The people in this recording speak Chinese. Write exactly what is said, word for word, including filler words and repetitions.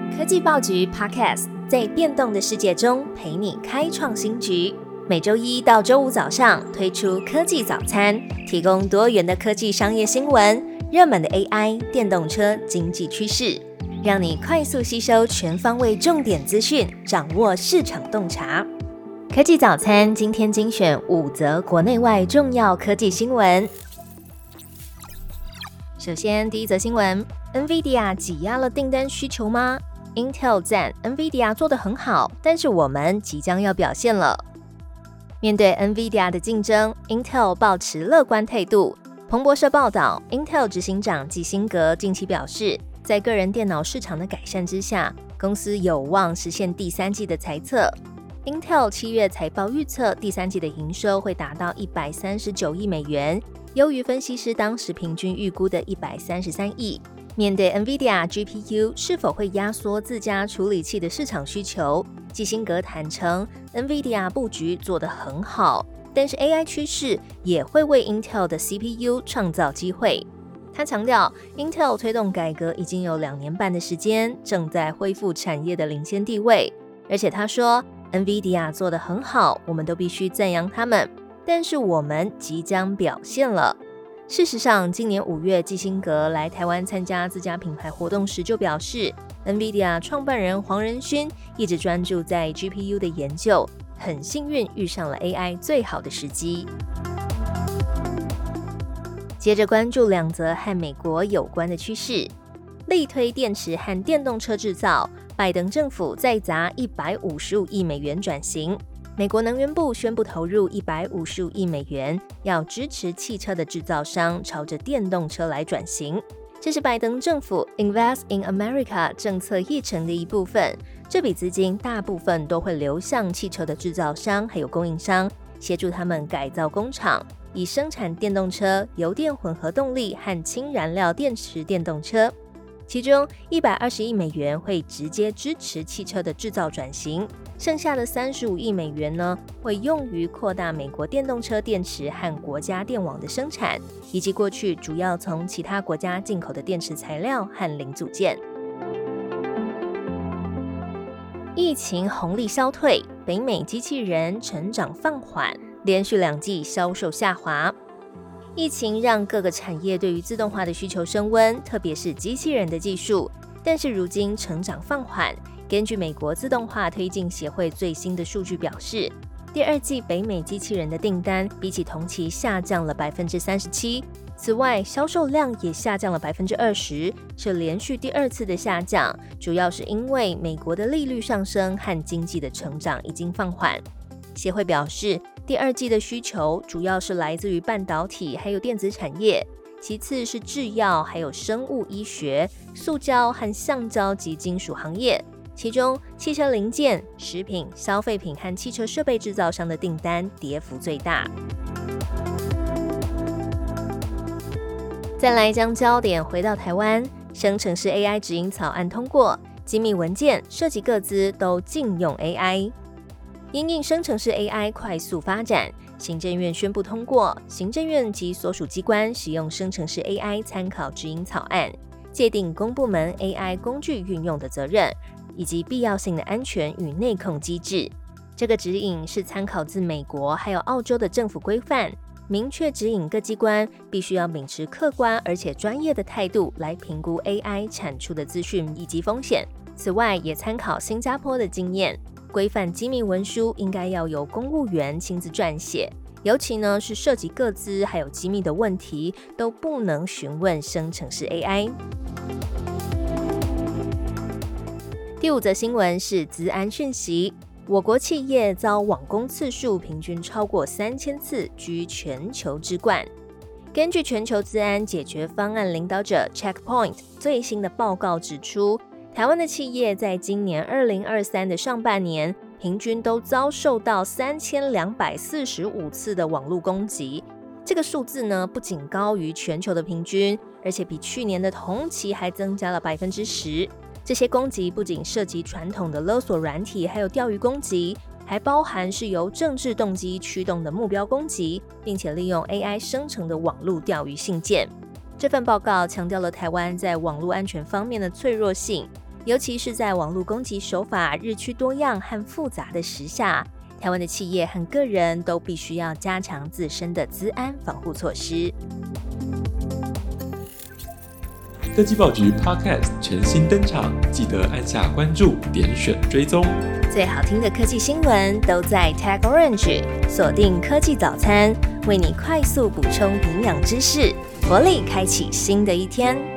科技报局 Podcast 在变动的世界中陪你开创新局。每周一到周五早上推出科技早餐，提供多元的科技商业新闻、热门的 A I、电动车、经济趋势，让你快速吸收全方位重点资讯，掌握市场洞察。科技早餐今天精选五则国内外重要科技新闻。首先，第一则新闻 ，NVIDIA 挤压了订单需求吗？ Intel 赞 NVIDIA 做得很好，但是我们即将要表现了。面对 NVIDIA 的竞争 ，Intel 抱持乐观态度。彭博社报道 ，Intel 执行长基辛格近期表示，在个人电脑市场的改善之下，公司有望实现第三季的财测。Intel 七月财报预测第三季的营收会达到一百三十九亿美元，优于分析师当时平均预估的一百三十三亿。面对 NVIDIA G P U 是否会压缩自家处理器的市场需求，基辛格坦承 NVIDIA 布局做得很好，但是 A I 趋势也会为 Intel 的 C P U 创造机会。他强调 Intel 推动改革已经有两年半的时间，正在恢复产业的领先地位。而且他说 NVIDIA 做得很好，我们都必须赞扬他们，但是我们即将表现了。事实上，今年五月基辛格来台湾参加自家品牌活动时就表示， NVIDIA 创办人黄仁勋一直专注在 G P U 的研究，很幸运遇上了 A I 最好的时机。接着关注两则和美国有关的趋势，力推电池和电动车制造，拜登政府再砸一百五十五亿美元转型。美国能源部宣布投入一百五十五亿美元，要支持汽车的制造商朝着电动车来转型。这是拜登政府 Invest in America 政策议程的一部分。这笔资金大部分都会流向汽车的制造商还有供应商，协助他们改造工厂，以生产电动车、油电混合动力和氢燃料电池电动车。其中一百二十亿美元会直接支持汽车的制造转型，剩下的三十五亿美元呢，会用于扩大美国电动车电池和国家电网的生产，以及过去主要从其他国家进口的电池材料和零组件。疫情红利消退，北美机器人成长放缓，连续两季销售下滑。疫情让各个产业对于自动化的需求升温，特别是机器人的技术，但是如今成长放缓。根据美国自动化推进协会最新的数据表示，第二季北美机器人的订单比起同期下降了 百分之三十七， 此外销售量也下降了 百分之二十， 是连续第二次的下降，主要是因为美国的利率上升和经济的成长已经放缓。协会表示，第二季的需求主要是来自于半导体还有电子产业，其次是制药还有生物医学、塑胶和橡胶及金属行业，其中汽车零件、食品、消费品和汽车设备制造商的订单跌幅最大。再来将焦点回到台湾，生成式 A I 指引草案通过，机密文件涉及各资都禁用 A I。因应生成式 A I 快速发展，行政院宣布通过行政院及所属机关使用生成式 A I 参考指引草案，界定公部门 A I 工具运用的责任，以及必要性的安全与内控机制。这个指引是参考自美国还有澳洲的政府规范，明确指引各机关必须要秉持客观而且专业的态度来评估 A I 产出的资讯以及风险。此外，也参考新加坡的经验，规范机密文书应该要由公务员亲自撰写，尤其呢是涉及个资还有机密的问题，都不能询问生成式 A I。第五则新闻是资安讯息，我国企业遭网攻次数平均超过三千次，居全球之冠。根据全球资安解决方案领导者 Checkpoint 最新的报告指出，台湾的企业在今年二零二三的上半年，平均都遭受到三千两百四十五次的网络攻击。这个数字呢，不仅高于全球的平均，而且比去年的同期还增加了 百分之十。这些攻击不仅涉及传统的勒索软体，还有钓鱼攻击，还包含是由政治动机驱动的目标攻击，并且利用 A I 生成的网络钓鱼信件。这份报告强调了台湾在网络安全方面的脆弱性， 尤其是在网络攻击手法日趋多样和复杂的时下，台湾的企业和个人都必须要加强自身的资安防护措施。 科技报局 Podcast 全新登场，记得按下关注，点选追踪。 最好听的科技新闻都在 Tag Orange， 锁定科技早餐，为你快速补充营养知识，活力开启新的一天。